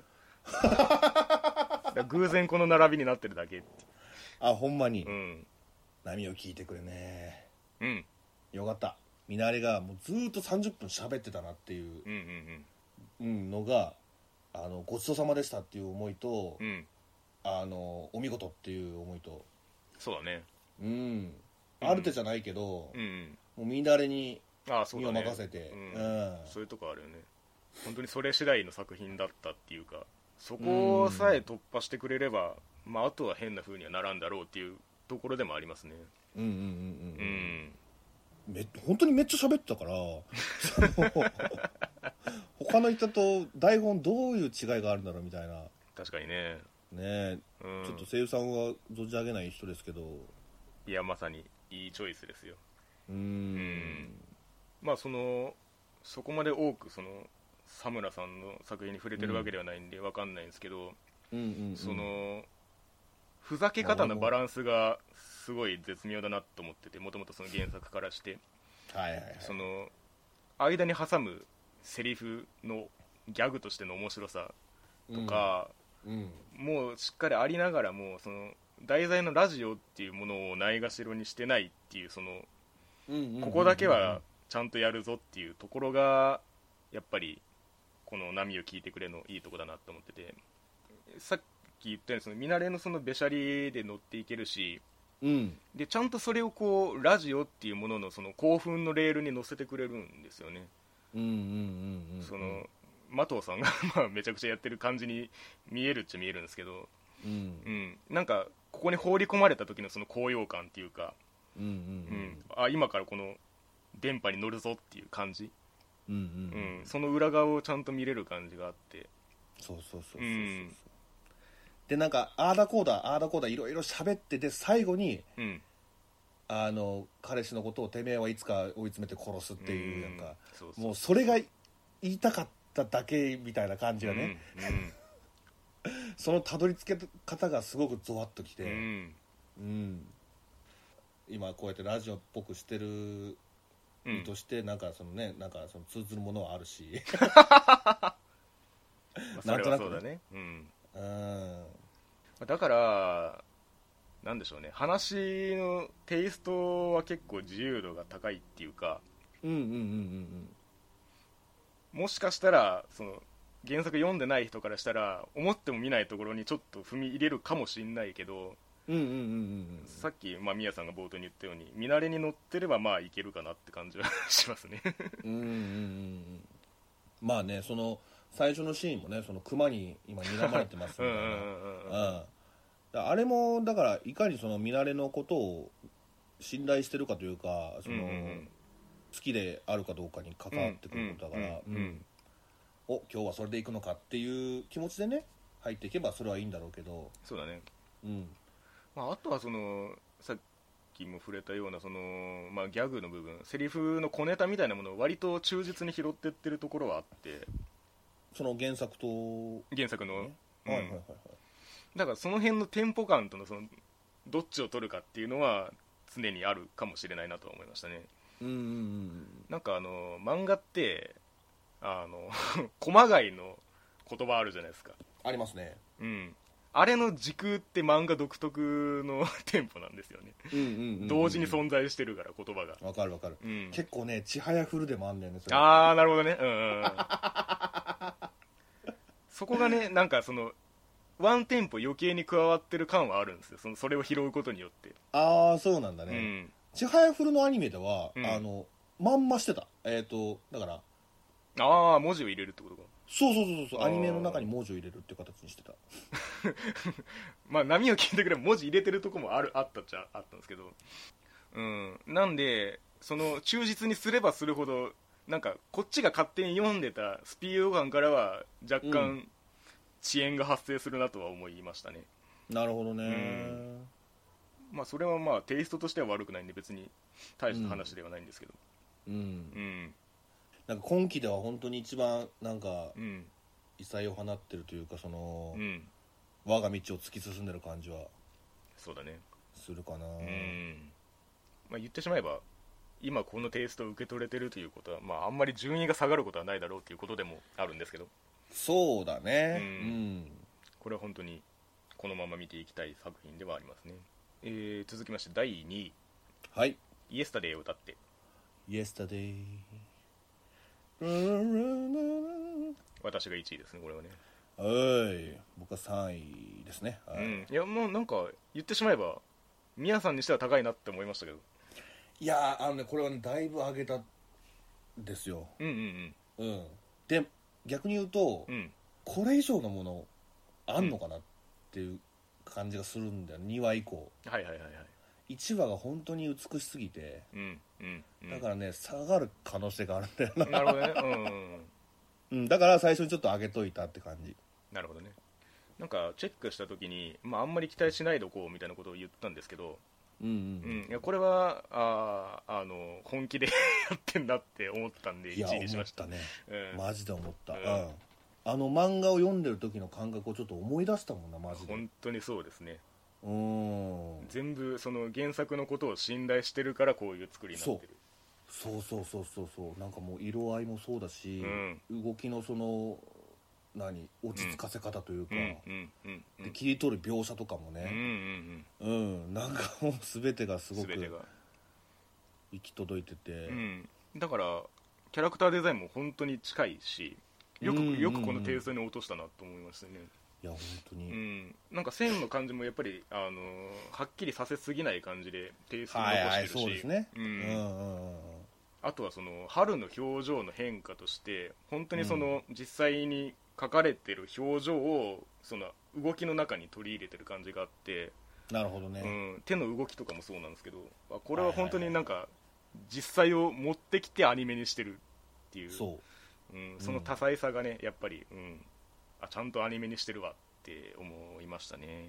だ偶然この並びになってるだけって。 ほんまに、波を聞いてくれね。よかった。みなれがもうずーっと30分喋ってたなっていうのが、ごちそうさまでしたっていう思いと、お見事っていう思いと。 そうだね。 ある手じゃないけど、もうみなれに身を任せて、 そういうとこあるよね。本当にそれ次第の作品だったっていうか、そこさえ突破してくれれば、まあ、あとは変な風にはならんだろうっていうところでもありますね。 本当にめっちゃ喋ってたから他の人と台本どういう違いがあるんだろうみたいな。 確かにね。 ね、ちょっと声優さんは存じ上げない人ですけど、 いやまさにいいチョイスですよ。まあそこまで多く佐村さんの作品に触れてるわけではないんで分かんないんですけど、ふざけ方のバランスがすごい絶妙だなと思ってて、もともとその原作からして、間に挟むセリフのギャグとしての面白さとか、もうしっかりありながらも題材のラジオっていうものをないがしろにしてないっていうここだけはちゃんとやるぞっていうところがやっぱりこの波を聞いてくれのいいとこだなと思ってて、さっき言ったように見慣れのべしゃりで乗っていけるし、でちゃんとそれをラジオっていうものの興奮のレールに乗せてくれるんですよね。麻藤さんがまあめちゃくちゃやってる感じに見えるっちゃ見えるんですけど、なんかここに放り込まれた時の高揚感っていうか、今からこの電波に乗るぞっていう感じ、その裏側をちゃんと見れる感じがあって、 でなんかあーだこうだいろいろ喋ってて、最後に、彼氏のことをてめえはいつか追い詰めて殺すっていう、なんかもうそれが言いたかっただけみたいな感じがね、そのたどり着け方がすごくゾワッときて、今こうやってラジオっぽくしてるとして、なんかなんか通ずるものはあるしそれはそうだね。だからなんでしょうね、話のテイストは結構自由度が高いっていうか、もしかしたら原作読んでない人からしたら思っても見ないところにちょっと踏み入れるかもしれないけど、さっき宮さんが冒頭に言ったように見慣れに乗ってればまあいけるかなって感じはしますね。 まあね、最初のシーンもね、熊に今睨まれてますみたいな、あれもだからいかに見慣れのことを信頼してるかというか、好きであるかどうかに関わってくることだから、今日はそれでいくのかっていう気持ちでね入っていけばそれはいいんだろうけど。 そうだね。あとはさっきも触れたようなギャグの部分、セリフの小ネタみたいなものを割と忠実に拾ってってるところはあって、 原作の、だからその辺のテンポ感とのどっちを取るかっていうのは常にあるかもしれないなと思いましたね。なんか漫画って駒貝の言葉あるじゃないですか。 ありますね。 あれの時空って漫画独特のテンポなんですよね。同時に存在してるから言葉が。 わかる、結構ねちはやふるでもあんねんね。 ああなるほどね。そこがねなんかワンテンポ余計に加わってる感はあるんですよ。それを拾うことによって。 ああそうなんだね。ちはやふるのアニメでは、まんましてた。だから文字を入れるってことか。 そうアニメの中に文字を入れるって形にしてた。 まあ波を聞いてくれば文字入れてるとこもあったっちゃあったんですけど、なんで忠実にすればするほどなんかこっちが勝手に読んでたスピード感からは若干遅延が発生するなとは思いましたね。 なるほどね。 まあそれはまあテイストとしては悪くないんで別に大した話ではないんですけど、 なんか今期では本当に一番なんか異彩を放ってるというか我が道を突き進んでる感じはそうだねするかな。 まあ、言ってしまえば今このテイストを受け取れてるということは、まあ、あんまり順位が下がることはないだろうということでもあるんですけど。 そうだね。 これは本当にこのまま見ていきたい作品ではありますね。続きまして第2位、 はい、 イエスタデイを歌って。 イエスタデイ。 私が1位ですねこれはね。 僕は3位ですね。 いやもうなんか言ってしまえばミヤさんにしては高いなって思いましたけど。 いやこれはねだいぶ上げたんですよ。で逆に言うと、これ以上のものあんのかなっていう感じがするんだよ、2話以降。 1話が本当に美しすぎて、 うんうんうん、 だからね下がる可能性があるんだよな。 なるほどね、うんうんうん、だから最初にちょっと上げといたって感じ。 なるほどね。なんかチェックした時に、まあ、あんまり期待しないでおこうみたいなことを言ったんですけど、 うんうんいやこれは本気でやってんだって思ったんで1位にしました。 いや思ったね、 うん、 マジで思った、うん、あの漫画を読んでる時の感覚をちょっと思い出したもんな、マジで。 本当にそうですね。 全部その原作のことを信頼してるからこういう作りになってる。 そうなんかもう色合いもそうだし、動きのその落ち着かせ方というか、で切り取る描写とかもね、なんかもう全てがすごく行き届いてて、 だからキャラクターデザインも本当に近いし、よくこのテイストに落としたなと思いましたね。 いや本当に、 なんか線の感じもやっぱりはっきりさせすぎない感じでテイストに残してるし、 そうですね、 あとはその春の表情の変化として本当にその実際に描かれてる表情をその動きの中に取り入れてる感じがあって、 なるほどね、 手の動きとかもそうなんですけど、これは本当になんか実際を持ってきてアニメにしてるっていう、その多彩さがねやっぱり、ちゃんとアニメにしてるわって思いましたね。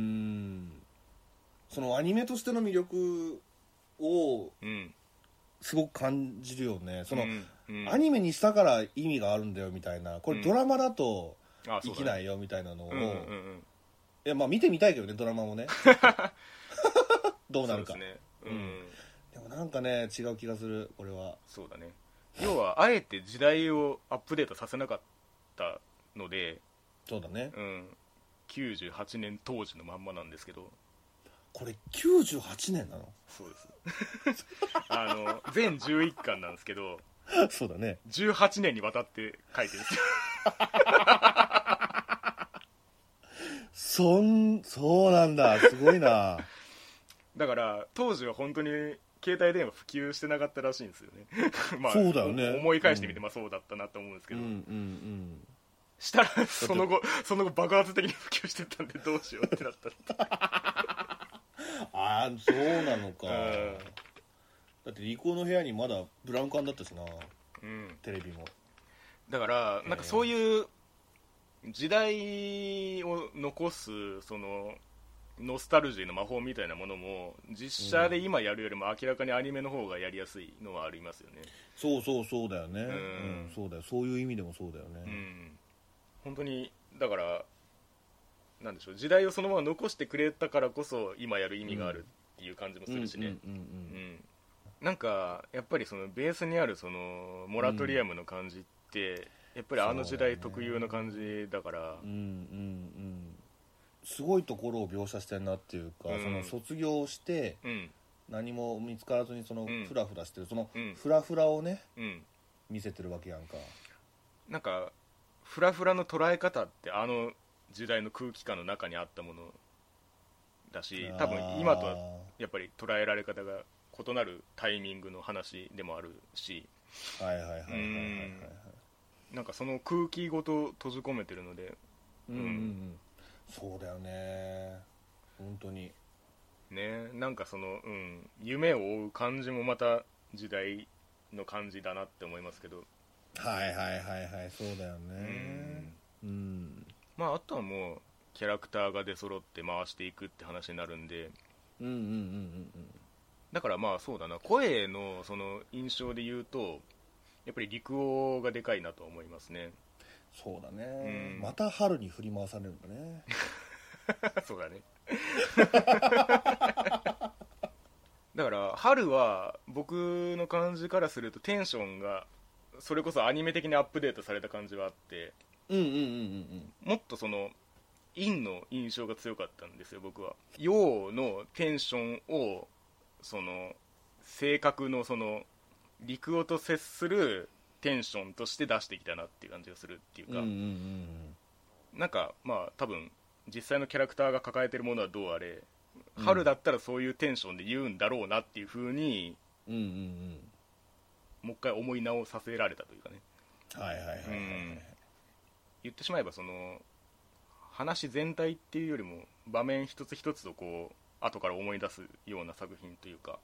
そのアニメとしての魅力を、すごく感じるよね。その、アニメにしたから意味があるんだよみたいな、これドラマだと生きないよみたいなのを、いやまあ見てみたいけどね、ドラマもねどうなるか。そうですね、でもなんかね違う気がする、これは。 そうだね、要はあえて時代をアップデートさせなかったので、 そうだね、 98年当時のまんまなんですけど、 これ98年なの？ そうです全11巻なんですけどそうだね、 18年にわたって書いてるんですよそうなんだ、すごいなだから当時は本当に携帯電話普及してなかったらしいんですよねまあそうだよね、 思い返してみて、まあそうだったなと思うんですけど、したらその後爆発的に普及してったんでどうしようってなったああそうなのか、だってリコの部屋にまだブラウン管だったしな、テレビも。 だからなんかそういう時代を残すそのノスタルジーの魔法みたいなものも実写で今やるよりも明らかにアニメの方がやりやすいのはありますよね。 そうだよね、そうだよ、そういう意味でもそうだよね、 本当にだからなんでしょう、時代をそのまま残してくれたからこそ今やる意味があるっていう感じもするしね。なんかやっぱりそのベースにあるそのモラトリアムの感じってやっぱりあの時代特有の感じだから、 すごいところを描写してるなっていうか、その卒業して、何も見つからずにそのフラフラしてるそのフラフラをね、見せてるわけやんか。 なんかフラフラの捉え方ってあの時代の空気感の中にあったものだし、多分今とはやっぱり捉えられ方が異なるタイミングの話でもあるし、なんかその空気ごと閉じ込めてるので、 そうだよね、本当にね。なんかその、夢を追う感じもまた時代の感じだなって思いますけど、 そうだよね。 まああとはもうキャラクターが出揃って回していくって話になるんで、だからまあそうだな、声のその印象で言うとやっぱり陸王がでかいなと思いますね。 そうだね、また春に振り回されるんだねそうだねだから春は僕の感じからするとテンションがそれこそアニメ的にアップデートされた感じはあって、もっとその陰の印象が強かったんですよ僕は。陽のテンションをその性格のその陸王と接するテンションとして出してきたなっていう感じがするっていうか、なんかまあ多分実際のキャラクターが抱えてるものはどうあれ、春だったらそういうテンションで言うんだろうなっていう風に、もう一回思い直させられたというかね。言ってしまえばその話全体っていうよりも場面一つ一つをこ後から思い出すような作品というか、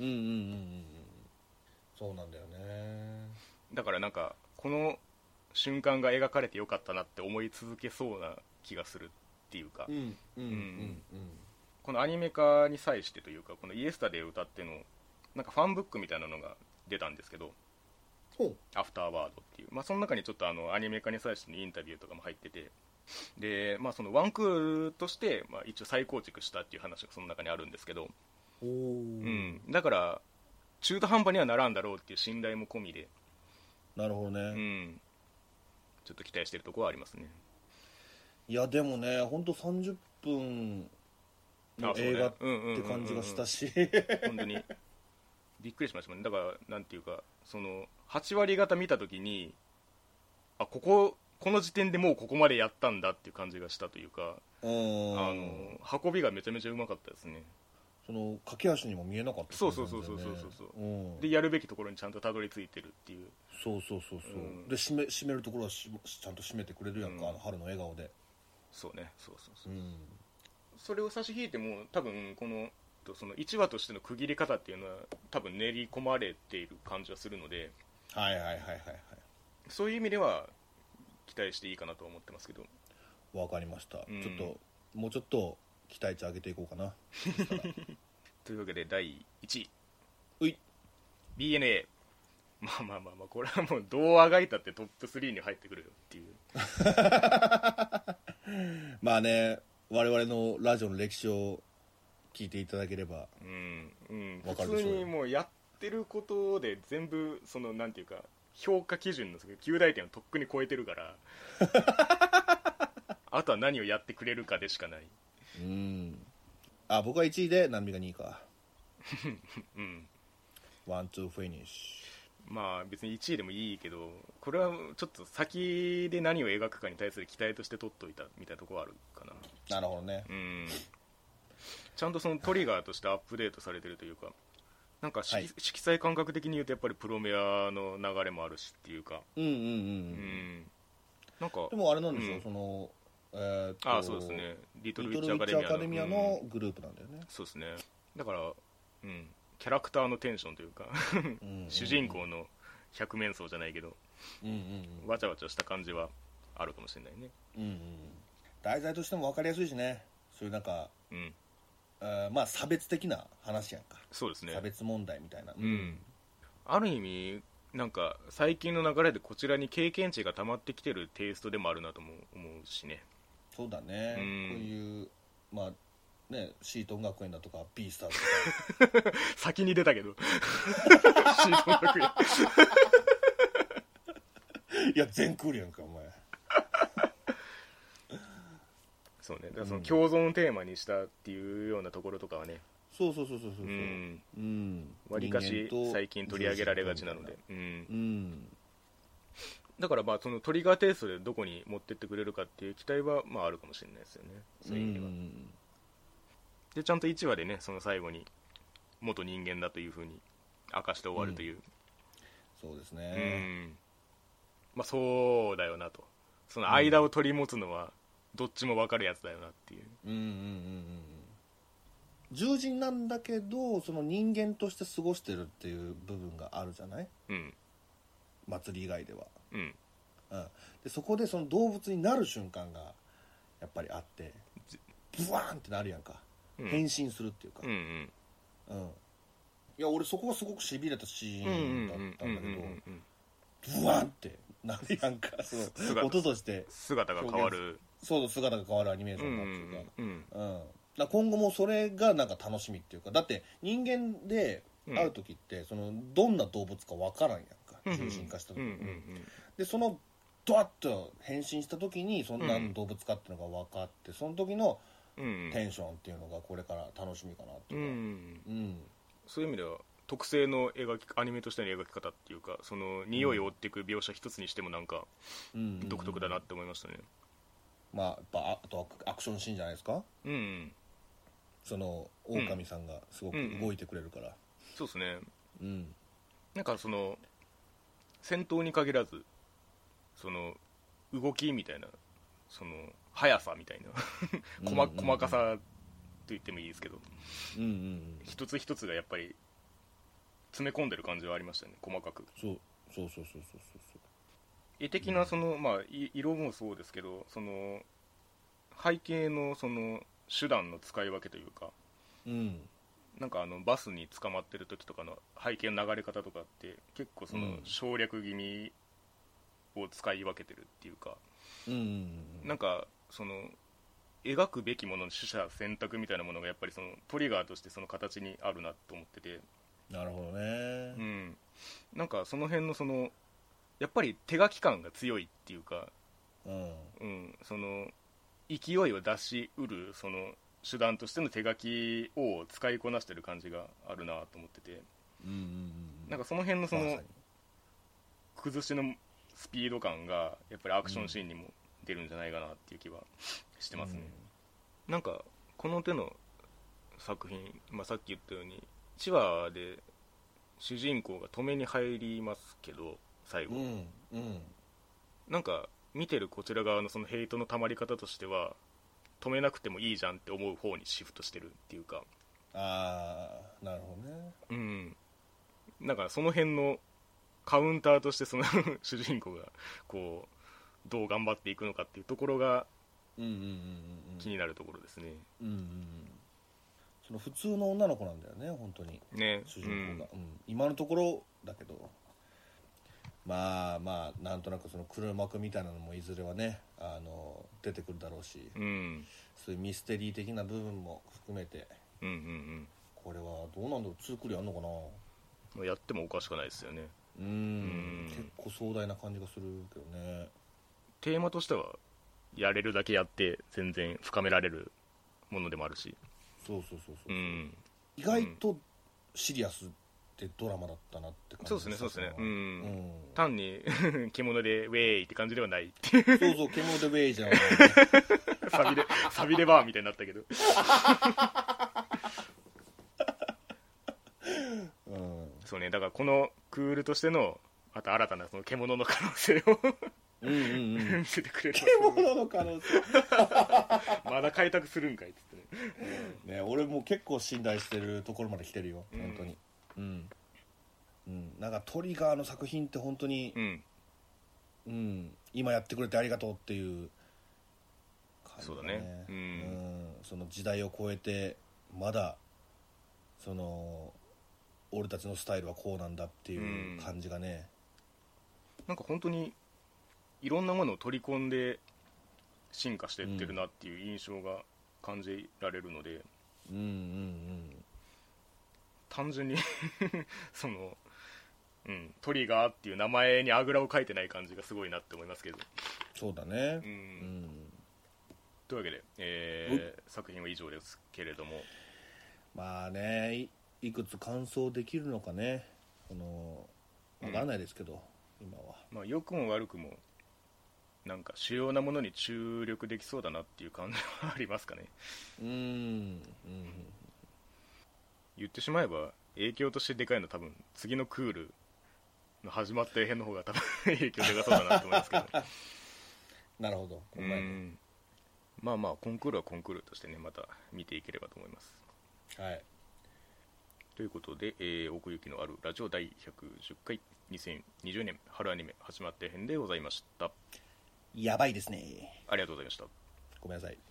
そうなんだよね。 だからなんかこの瞬間が描かれてよかったなって思い続けそうな気がするっていうか、このアニメ化に際してというか、このイエスタデー歌ってのなんかファンブックみたいなのが出たんですけど、アフターワードっていう、その中にちょっとアニメ化に際してのインタビューとかも入ってて、で、そのワンクールとして、一応再構築したっていう話がその中にあるんですけど、だから中途半端にはならんだろうっていう信頼も込みで、 なるほどね、 ちょっと期待してるところはありますね。 いやでもね、本当30分の映画って感じがしたし、 本当にびっくりしましたね。だからなんていうか、その8割方見たときに、この時点でもうここまでやったんだっていう感じがしたというか、運びがめちゃめちゃうまかったですね。 その駆け足にも見えなかった、ね、 そうでやるべきところにちゃんとたどり着いてるっていう。 そうで締めるところはちゃんと締めてくれるやんか、春の笑顔で。 そうね、それを差し引いても多分その1話としての区切り方っていうのは多分練り込まれている感じはするので、そういう意味では期待していいかなと思ってますけど。 わかりました、もうちょっと期待値上げていこうかなというわけで第1 位 BNA。 これはもうどうあがいたってトップ3に入ってくるよっていうまあね、我々のラジオの歴史を聞いていただければ分かるでしょう。 普通にもうやってることで全部そのなんていうか評価基準の9大点をとっくに超えてるからあとは何をやってくれるかでしかない。 僕は1位でナミが2位かワンツーフィニッシュ。別に1位でもいいけど、これはちょっと先で何を描くかに対する期待として取っといたみたいなところはあるかな。 なるほどね。 ちゃんとそのトリガーとしてアップデートされてるというか、なんか色彩感覚的に言うとやっぱりプロメアの流れもあるしっていうか、なんかでもあれなんでしょ、そのそうですね、リトルウィッチアカデミアのグループなんだよね。 そうですね。だからキャラクターのテンションというか主人公の百面相じゃないけど、わちゃわちゃした感じはあるかもしれないね。 題材としても分かりやすいしね、そういうなんか、差別的な話やんか。 そうですね、 差別問題みたいな、 ある意味なんか最近の流れでこちらに経験値が溜まってきてるテイストでもあるなとも思うしね。 そうだね、こういうシートン学園だとかビースターとか先に出たけどシートン学園いや全クールやんかお前そうね、だからその共存をテーマにしたっていうようなところとかはね、 そうわりかし最近取り上げられがちなので、だからそのトリガーテイストでどこに持ってってくれるかっていう期待はあるかもしれないですよね、そういう意味では。でちゃんと1話でね、その最後に元人間だというふうに明かして終わるという、 そうですね、 そうだよなと、その間を取り持つのはどっちも分かるやつだよなっていう、 獣人なんだけどその人間として過ごしてるっていう部分があるじゃない、祭り以外では、でそこでその動物になる瞬間がやっぱりあって、ブワーンってなるやんか、変身するっていうか、いや俺そこがすごくしびれたシーンだったんだけど、ブワーンってなるやんか、その音として姿が変わる、 姿が変わるアニメーションだっていうか、だ今後もそれがなんか楽しみっていうか、だって人間で会う時ってそのどんな動物か分からんやんか、獣人化した時に、でそのドワッと変身した時にそんな動物かっていうのが分かって、その時のテンションっていうのがこれから楽しみかなっていうか、 そういう意味では特性のアニメとしての描き方っていうか、その匂いを追っていく描写一つにしてもなんか独特だなって思いましたね。 やっぱあとアクションシーンじゃないですか、その狼さんがすごく動いてくれるから、 そうですね、なんかその戦闘に限らずその動きみたいな、その速さみたいな細かさ言ってもいいですけど、 うんうんうん、 一つ一つがやっぱり詰め込んでる感じはありましたね、細かく。 そう絵的なその、まあ、色もそうですけど、その背景のその手段の使い分けというか、 うん、 なんかバスに捕まってる時とかの背景の流れ方とかって結構その省略気味を使い分けてるっていうか、 うんうんうん、 なんかその描くべきものの取捨選択みたいなものがやっぱりそのトリガーとしてその形にあるなと思ってて。 なるほどね。 うん、なんかその辺のそのやっぱり手書き感が強いっていうか、 うんうん、その勢いを出しうるその手段としての手書きを使いこなしてる感じがあるなと思ってて、 うんうんうん、 なんかその辺のその崩しのスピード感がやっぱりアクションシーンにも出るんじゃないかなっていう気はしてますね、うん、なんかこの手の作品、まあ、さっき言ったように1話で主人公が止めに入りますけど最後、 うんうん、 なんか見てるこちら側のそのヘイトの溜まり方としては止めなくてもいいじゃんって思う方にシフトしてるっていうか、 ああなるほどね、 うん、だからその辺のカウンターとしてその主人公がこうどう頑張っていくのかっていうところが気になるところですね、 うんうんうん、その普通の女の子なんだよね本当にね、 主人公が、うん、今のところだけど、まあなんとなくその黒幕みたいなのもいずれはね出てくるだろうし、 うん、 そういうミステリー的な部分も含めて、 うんうんうん、 これはどうなんだろう、2クリやんのかな。 やってもおかしくないですよね。 結構壮大な感じがするけどね。 テーマとしてはやれるだけやって全然深められるものでもあるし、 そう、うん、意外とシリアスってドラマだったなって感じ。 そうですね、うん、単に獣でウェーイって感じではないってそう獣でウェイじゃないサビでバーみたいになったけどそうね、だからこのクールとしてのまた新たなその獣の可能性を見せてくれる。 獣の可能性まだ開拓するんかいっつってね。俺も結構信頼してるところまで来てるよ、本当に。なんかトリガーの作品って本当に、今やってくれてありがとうっていう感じだね。そうだね、その時代を超えてまだその俺たちのスタイルはこうなんだっていう感じがね、 なんか本当にいろんなものを取り込んで進化していってるなっていう印象が感じられるので、単純にその、トリガーっていう名前にあぐらをかいてない感じがすごいなって思いますけど。 そうだね。 というわけで、作品は以上ですけれども、 まあね、いくつ完走できるのかね、わからないですけど、今は。 まあ良くも悪くもなんか主要なものに注力できそうだなっていう感じはありますかね。言ってしまえば影響としてでかいのは多分次のクールの始まった辺の方が多分影響でかそうだなと思いますけどなるほど。 まあコンクールはコンクールとしてね、また見ていければと思います。 はい。 ということで、奥行きのあるラジオ第110回2020年春アニメ始まった編でございました。 やばいですね。 ありがとうございました。 ごめんなさい。